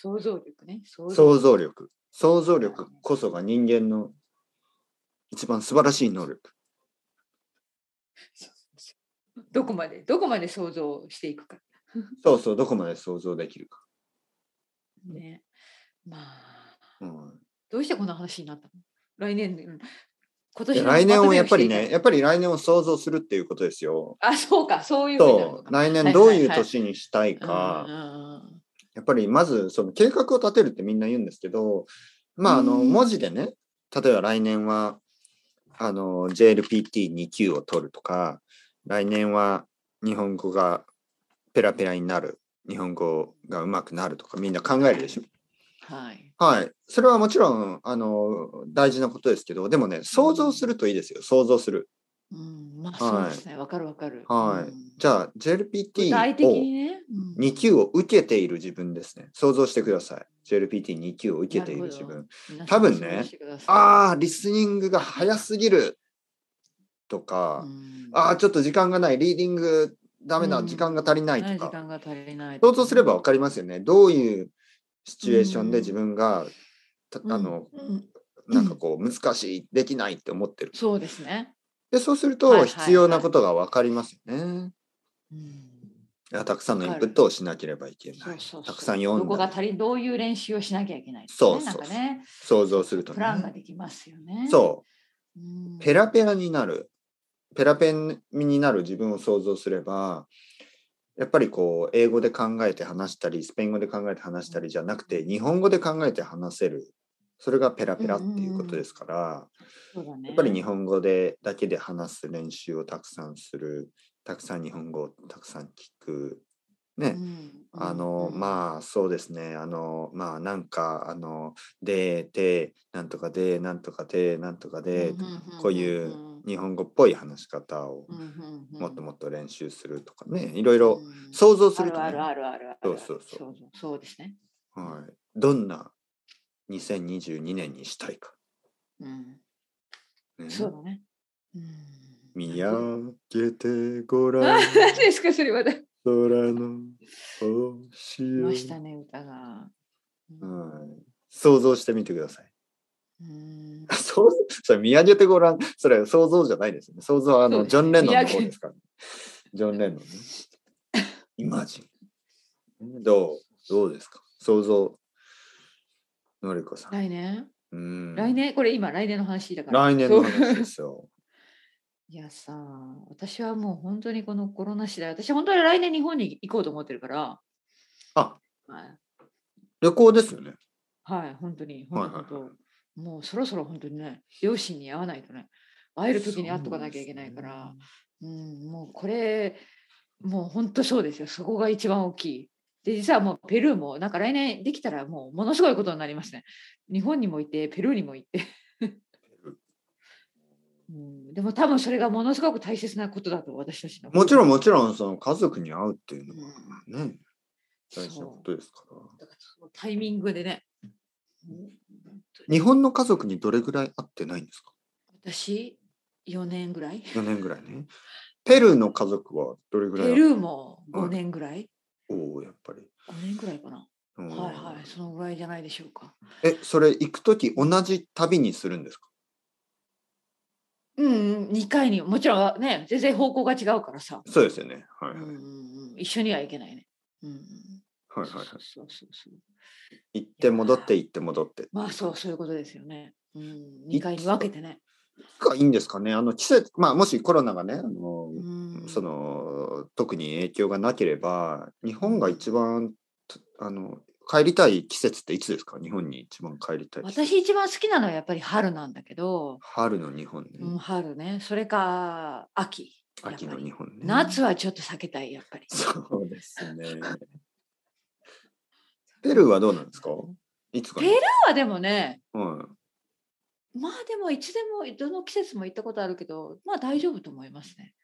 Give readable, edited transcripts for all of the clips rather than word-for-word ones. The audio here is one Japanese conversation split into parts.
想像力ね。 想像力。想像力こそが人間の一番素晴らしい能力。 どこまで想像していくか。 そうそう、どこまで想像できるか。 ね。まあ、 うん、 どうしてこんな話になったの？来年、今年の来年をやっぱりね、 やっぱり来年を想像するっていうことですよ。 あ、そうか、そういうふうになるのか。 来年どういう年にしたいか。やっぱりまずその計画を立てるってみんな言うんですけど、まあ文字でね、例えば来年はJLPT2 級を取るとか、来年は日本語がペラペラになる、日本語が上手くなるとかみんな考えるでしょ。 はい。 はい。それはもちろん大事なことですけど、でもね、想像するといいですよ。想像する。 まあそうですね。わかる。 はい。じゃあ JLPT を2級を受けている自分ですね。想像してください。JLPT2 級を受けている自分。多分ね、リスニングが早すぎるとか、ちょっと時間がない、リーディングダメだ、時間が足りないとか、想像すれば分かりますよね。どういうシチュエーションで自分がなんかこう難しい、できないって思ってる。 そうですね。 でそうすると必要なことが分かりますよね。たくさんのインプットをしなければいけない。たくさん読んで。 どういう練習をしなきゃいけない、ね。 そう。想像するとね。 プランができますよね。 そう。ペラペラになる。ペラペラになる自分を想像すれば、やっぱりこう英語で考えて話したりスペイン語で考えて話したりじゃなくて日本語で考えて話せる、それがペラペラっていうことですから、やっぱり日本語だけで話す練習をたくさんする、たくさん日本語をたくさん聞くね。まあそうですね、まあなんかでなんとかでなんとかでなんとかで、こういう日本語っぽい話し方をもっともっと練習するとかね、いろいろ想像するとね。 そうですね。 はい。どんな2022年にしたいか。 そうだね。 見上げてごらん。 何ですかそれは。 空の星を。 ましたね、歌が。 想像してみてください。それ見上げてごらん。それは想像じゃないですね。想像はジョン・レノンの方ですから、ね。ジョン・レノンね。イマジン。どうですか想像。のりこさん。 来年これ今来年の話だから。 来年の話ですよ。 いやさ、私はもう本当にこのコロナ次第、私は本当に来年日本に行こうと思ってるから。 旅行ですよね。 はい、本当にもうそろそろ本当にね、両親に会わないとね、会える時に会っとかなきゃいけないから、もうこれ、もう本当そうですよ。そこが一番大きい。で、実はもうペルーもなんか来年できたらもうものすごいことになりますね。日本にもいて、ペルーにも行って。でも多分それがものすごく大切なことだと私たちの。 もちろんその家族に会うっていうのはね、大事なことですから。 だからそのタイミングでね。 日本の家族にどれぐらい会ってないんですか？ 私4年ぐらい。 4年ぐらいね。ペルーの家族はどれぐらい？ ペルーも5年ぐらい。 やっぱり 5年ぐらいかな。はい、そのぐらいじゃないでしょうか。 それ行くとき同じ旅にするんですか ？2回にもちろんね、全然方向が違うからさ。 そうですよね。 一緒には行けないね。 行って戻って行って戻って。 まあそういうことですよね。2回に分けてね。 がいいんですかね。季節、もしコロナがね、特に影響がなければ、日本が一番帰りたい季節っていつですか？日本に一番帰りたい。 私一番好きなのはやっぱり春なんだけど。 春の日本ね。 春ね。それか秋。 秋の日本ね。 夏はちょっと避けたい、やっぱり。 そうですね。ペルーはどうなんですか？いつか、 ペルーはでもね、 まあでもいつでもどの季節も行ったことあるけど、まあ大丈夫と思いますね。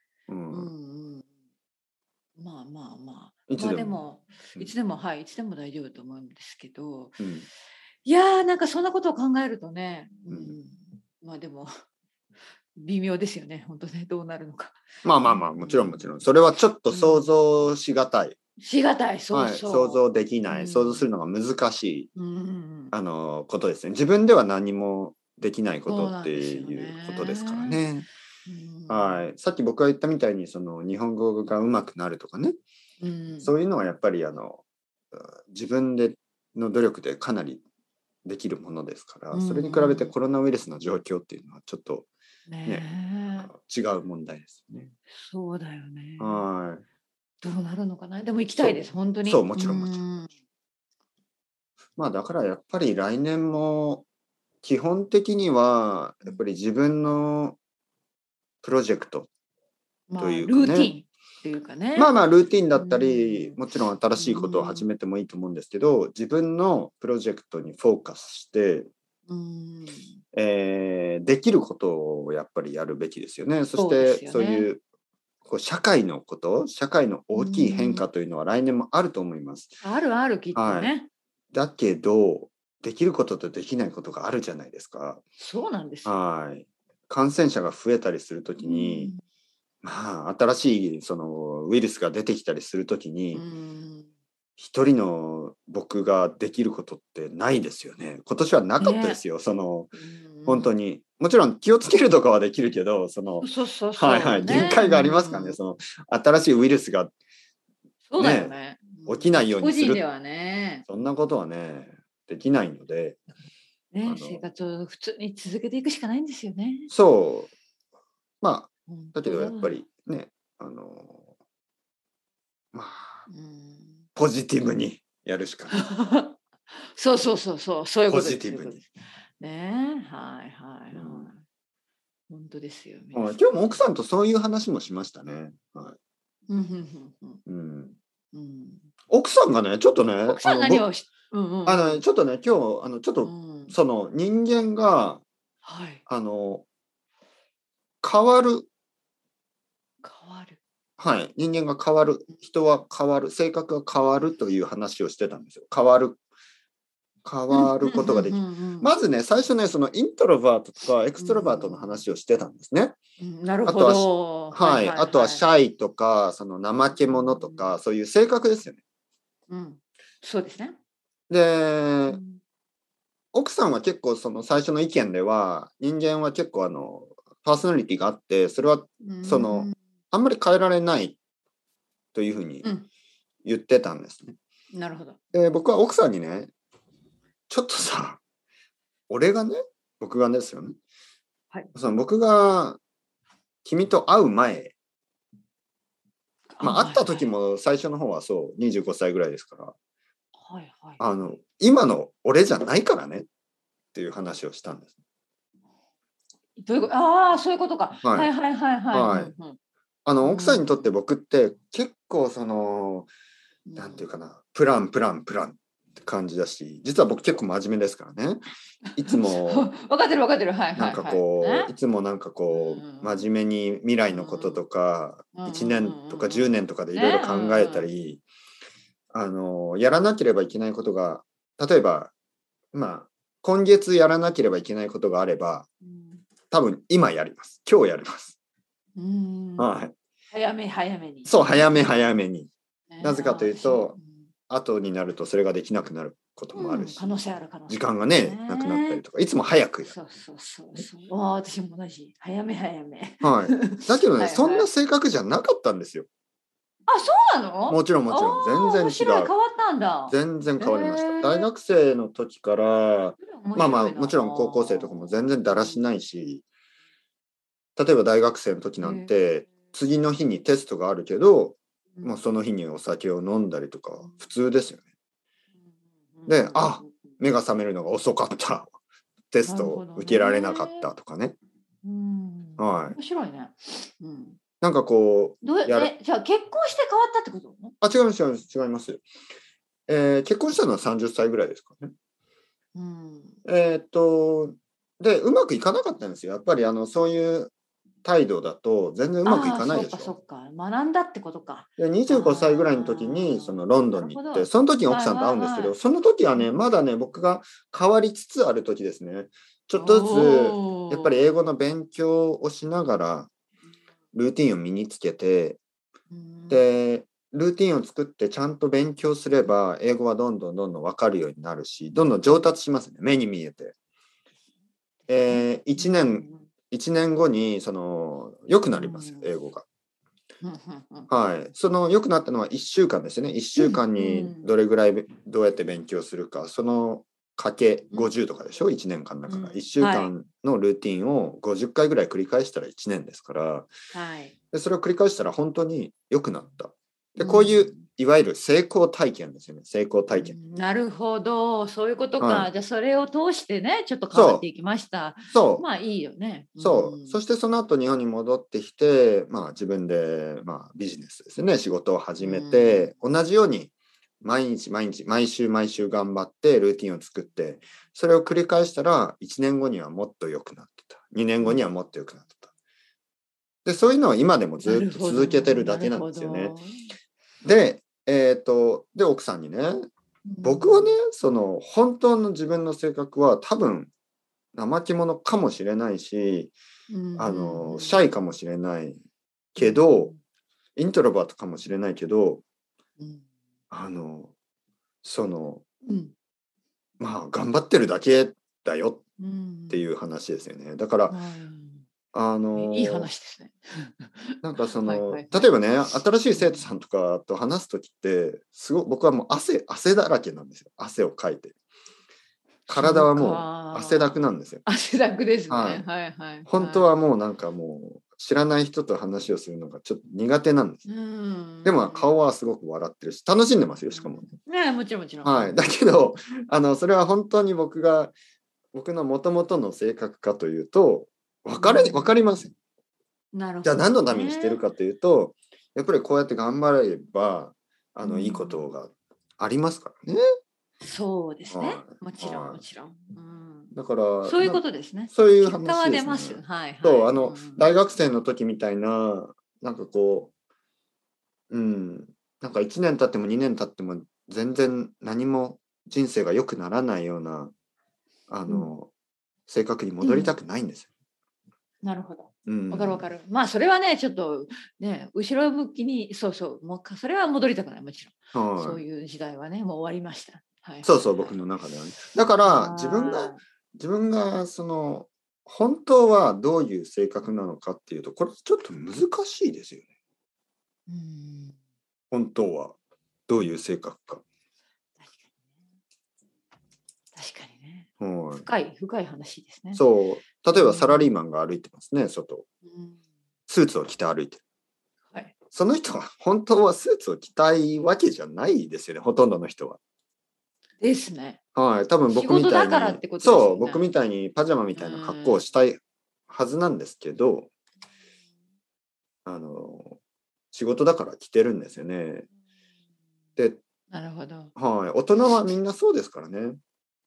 まあいつでもいつでも大丈夫と思うんですけど、いやなんかそんなことを考えるとね、まあでも微妙ですよね、本当ね、どうなるのか。 もちろんそれはちょっと想像しがたい。 しがたい、そうはい、 そう。 想像できない、想像するのが難しい、ことですね。自分では何もできないことっていうことですからね。はい、さっき僕が言ったみたいにその日本語が上手くなるとかね、そういうのはやっぱり自分での努力でかなりできるものですから、それに比べてコロナウイルスの状況っていうのはちょっとね、違う問題ですよね。 そうだよね。 はい。 どうなるのかな。でも行きたいです、本当に。 そう、もちろんもちろん。まあだからやっぱり来年も基本的にはやっぱり自分のプロジェクトというかね、 ルーティンっていうかね。 まあルーティンだったり、もちろん新しいことを始めてもいいと思うんですけど、自分のプロジェクトにフォーカスして、できることをやっぱりやるべきですよね。そしてそういう社会のこと、社会の大きい変化というのは来年もあると思います。 あるきっとね。 だけどできることとできないことがあるじゃないですか。 そうなんですよ。 はい。感染者が増えたりするときに、まあ新しいそのウイルスが出てきたりするときに、一人の僕ができることってないですよね。今年はなかったですよ。本当にもちろん気をつけるとかはできるけど、限界がありますからね。その新しいウイルスが起きないようにする、そんなことはねできないので、 生活を普通に続けていくしかないんですよね。 そう、まあだけどやっぱりね、まあポジティブにやるしかない。 そういうことです。 ポジティブにね。本当ですよ。 今日も奥さんとそういう話もしましたね。奥さんがねちょっとね、 奥さん何をちょっとね今日ちょっとその人間が変わる。はい、人間が変わる、人は変わる、性格が変わるという話をしてたんですよ。変わることができる。まずね、最初ね、そのイントロバートとかエクストロバートの話をしてたんですね。 なるほど。 あとはシャイとか、その怠け者とか、そういう性格ですよね。 そうですね。 で、奥さんは結構その最初の意見では、人間は結構パーソナリティがあって、それはそのあんまり変えられないというふうに言ってたんですね。 なるほど。 僕は奥さんにね、ちょっとさ、僕がですよね。僕が君と会う前、会った時も最初の方はそう25歳ぐらいですから、今の俺じゃないからねっていう話をしたんです。 そういうことか。 奥さんにとって僕って結構そのなんていうかな、プランって感じだし、実は僕結構真面目ですからね。いつも分かってる。 なんかこういつもなんかこう真面目に未来のこととか1年とか10年とかでいろいろ考えたり、やらなければいけないことが、例えば今月やらなければいけないことがあれば、多分今日やります。 早めに。 そう、早めに。なぜかというと、後になるとそれができなくなることもあるし、時間がねなくなったりとか、いつも早くやる。 私も同じ。早め。 だけどね、そんな性格じゃなかったんですよ。 そうなの？ もちろん全然違う。 変わったんだ。 全然変わりました。大学生の時からもちろん高校生とかも全然だらしないし、例えば大学生の時なんて次の日にテストがあるけど、もうその日にお酒を飲んだりとか普通ですよね。で、目が覚めるのが遅かった、テストを受けられなかったとかね。 面白いね。 なんかこうじゃあ結婚して変わったってこと？ 違います。結婚したのは30歳ぐらいですからね。でうまくいかなかったんですよ。やっぱりそういう態度だと全然うまくいかないでしょ。 そっか学んだってことか。 で25歳ぐらいの時にそのロンドンに行って、その時に奥さんと会うんですけど、その時はねまだね僕が変わりつつある時ですね。ちょっとずつやっぱり英語の勉強をしながらルーティンを身につけて、でルーティンを作ってちゃんと勉強すれば英語はどんどん分かるようになるし、どんどん上達しますね、目に見えて。1年後に良くなりますよ、英語が。はい、良くなったのは1週間ですね。1週間にどれぐらいどうやって勉強するか、そのかけ50とかでしょ、1年間だから。1週間のルーティンを50回ぐらい繰り返したら1年ですから、でそれを繰り返したら本当に良くなった。でこういういわゆる成功体験ですよね、成功体験。 なるほど、そういうことか。 はい、 じゃあそれを通してね、ちょっと変わっていきました。 そうまあいいよね。 そう、そしてその後日本に戻ってきて、自分で、ビジネスですね、仕事を始めて、同じように毎日毎日毎週毎週頑張ってルーティンを作って、それを繰り返したら1年後にはもっと良くなってた、2年後にはもっと良くなってた。でそういうのを今でもずっと続けてるだけなんですよね。で、奥さんにね、僕はね、本当の自分の性格は多分怠け者かもしれないし、シャイかもしれないけど、イントロバートかもしれないけど、頑張ってるだけだよっていう話ですよね。だから、 いい話ですね。 なんか例えばね、新しい生徒さんとかと話す時って僕はもう汗だらけなんですよ。汗をかいて。体はもう汗だくなんですよ。 汗だくですね。 本当はもうなんかもう知らない人と話をするのがちょっと苦手なんです。でも顔はすごく笑ってるし楽しんでますよ、しかもね。もちろんもちろん。 はい。だけどそれは本当に僕の元々の性格かというと分かりません。 なるほどね。 じゃあ何のためにしてるかというと、やっぱりこうやって頑張ればいいことがありますからね。 そうですね。もちろんもちろん。 だからそういうことですね。 そういう話ですね。 結果は出ます。 そう大学生の時みたいななんかこうなんか1年経っても2年経っても全然何も人生が良くならないような性格に戻りたくないんですよ。 なるほど。わかるわかる。まあそれはねちょっとね後ろ向きにそれは戻りたくない、もちろん。そういう時代はねもう終わりました。 そう僕の中ではね。だから自分が本当はどういう性格なのかっていうとこれちょっと難しいですよね。本当はどういう性格か。 確かにね。深い話ですね。 そう例えばサラリーマンが歩いてますね、外。スーツを着て歩いてる。その人は本当はスーツを着たいわけじゃないですよね、ほとんどの人は。 ですね。 多分僕みたいに僕みたいにパジャマみたいな格好をしたいはずなんですけど、仕事だから着てるんですよね。で、 なるほど。 大人はみんなそうですからね。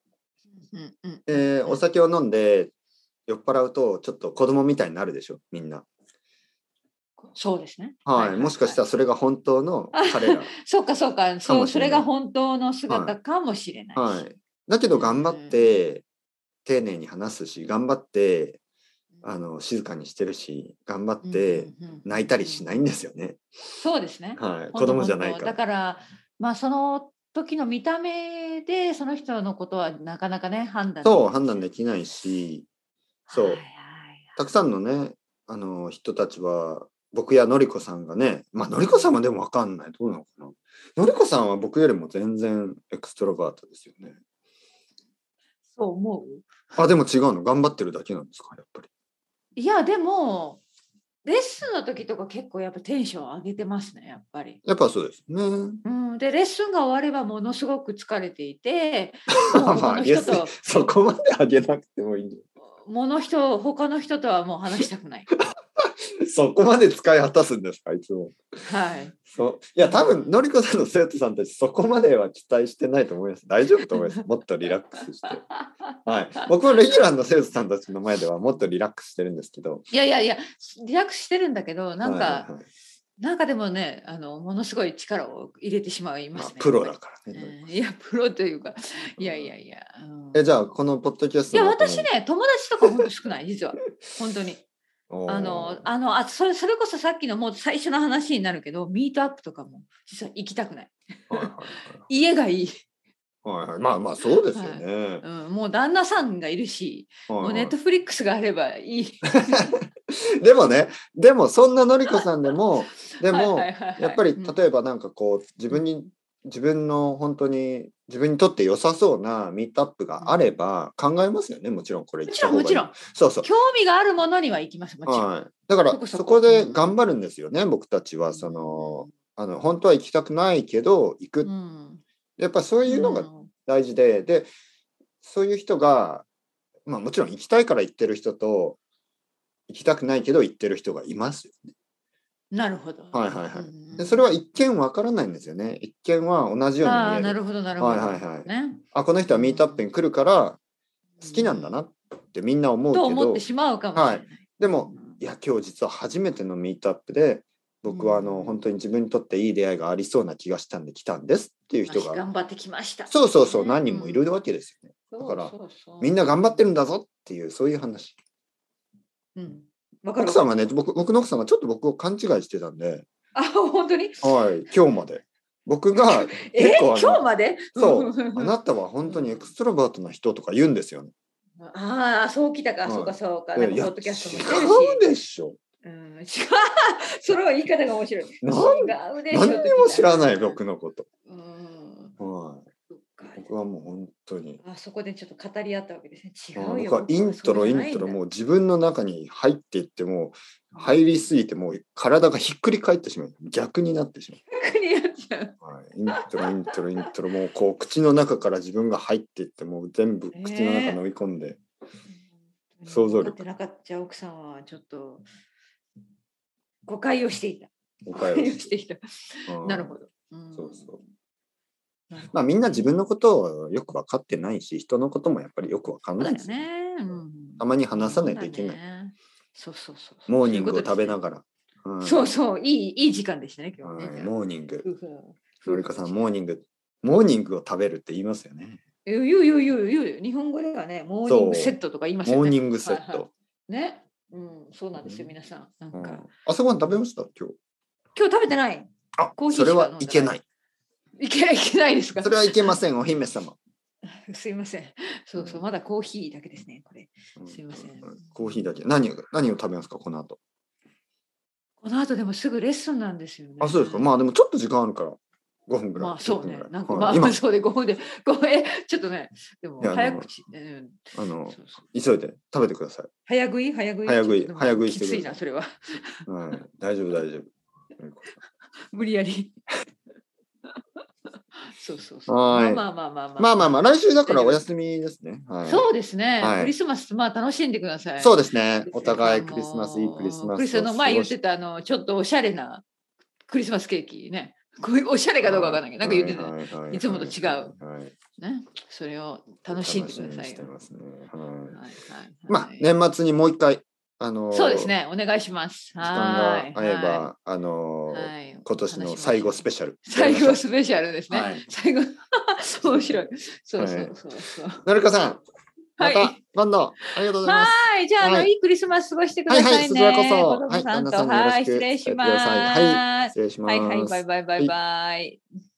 お酒を飲んで酔っ払うとちょっと子供みたいになるでしょ、みんな。 そうですね。 もしかしたらそれが本当の彼ら。 そうかそれが本当の姿かもしれないし。 だけど頑張って丁寧に話すし、頑張って静かにしてるし、頑張って泣いたりしないんですよね。 そうですね。 子供じゃないから。 だからその時の見た目でその人のことはなかなかね判断できないし、たくさんのね人たちは僕やのりこさんがね、のりこさんはでも分かんない、どうなのかな。のりこさんは僕よりも全然エクストロバートですよね。 そう思う？ でも違うの、頑張ってるだけなんですか、やっぱり。 いやでもレッスンの時とか結構やっぱテンション上げてますね、やっぱり。 やっぱそうですね。 でレッスンが終わればものすごく疲れていて、 そこまで上げなくてもいいんだよ。 他の人とはもう話したくない。 そこまで使い果たすんですか、いつも。いや多分のりこさんの生徒さんたちそこまでは期待してないと思います。大丈夫と思います。もっとリラックスして。僕はレギュラーの生徒さんたちの前ではもっとリラックスしてるんですけど。 いやリラックスしてるんだけど、なんかでもねものすごい力を入れてしまいますね。 プロだからね。 いやプロというかいや。 じゃあこのポッドキャスト私ね友達とか本当少ない実は本当に。 それこそさっきのもう最初の話になるけど、ミートアップとかも実は行きたくない。家がいい。 まあそうですよね。 もう旦那さんがいるし、もうネットフリックスがあればいい。 でもそんなのりこさんでもやっぱり例えばなんかこう自分の本当に自分にとって良さそうなミートアップがあれば考えますよね。もちろんこれもちろんそう興味があるものには行きます。もちろん。 だからそこで頑張るんですよね。僕たちは本当は行きたくないけど行く。やっぱそういうのが大事で、そういう人がもちろん行きたいから行ってる人と行きたくないけど行ってる人がいますよね。 なるほど。 でそれは一見わからないんですよね。一見は同じように見える。 なるほど。 この人はミートアップに来るから好きなんだなってみんな思うけど。 と思ってしまうかもしれない。 でもいや今日実は初めてのミートアップで僕は本当に自分にとっていい出会いがありそうな気がしたんで来たんですっていう人が頑張ってきました。 そう何人もいるわけですよね。だからみんな頑張ってるんだぞっていうそういう話。奥さんがね僕の奥さんがちょっと僕を勘違いしてたんで。 本当に？ 今日まで僕が今日まで？ そうあなたは本当にエクストロバートな人とか言うんですよね。 そうきたか。そうか。 違うでしょ。 違う。それは言い方が面白い。違うでしょ。 何にも知らない僕のこと。僕はもう本当に。 そこでちょっと語り合ったわけですね。違うよ。 僕はイントロもう自分の中に入っていっても入りすぎてもう体がひっくり返ってしまう。逆になってしまう。 逆になっちゃう。 イントロもうこう口の中から自分が入っていってもう全部口の中飲み込んで。想像力。 分かってなかった奥さんはちょっと誤解をしていた。なるほど。 そう。みんな自分のことをよく分かってないし、人のこともやっぱりよく分かんないですよね。たまに話さないといけない。 そう。 モーニングを食べながら。 そう、いい時間でしたね、今日ね。 モーニング。のりこさん、モーニングを食べるって言いますよね。 言う。日本語ではね、モーニングセットとか言いますよね。 モーニングセット。 ね。そうなんですよ、皆さん。なんか。 朝ごはん食べました今日食べてない。 それはいけない。 いけないですか。 それはいけません、お姫様。 すいません。そう、まだコーヒーだけですね、これ。すいません。 コーヒーだけ。何を食べますか、この後。 この後でもすぐレッスンなんですよね。 そうですか。でもちょっと時間あるから。5分ぐらい。 そうね。なんかそうで5分で。ちょっっとね。でも早口。 急いで食べてください。 早食いしてください。 きついな、それは。 大丈夫。 無理やり。そう。 来週だからお休みですね。 そうですね。クリスマス楽しんでください。 そうですね。お互いクリスマスいいクリスマス。 クリスの前言ってたちょっとおしゃれなクリスマスケーキね。こういうおしゃれかどうかわからないけど、なんか言ってた。いつもと違う。ね。それを楽しんでください。 年末にもう一回。 そうですね。お願いします。 時間が合えば、今年の最後スペシャル。 最後スペシャルですね。最後、面白い。そう。 のりこさん、また今度ありがとうございます。 じゃあ、いいクリスマス過ごしてくださいね。 そちらこそ。 子供さんと。失礼します。 失礼します。 バイバイ。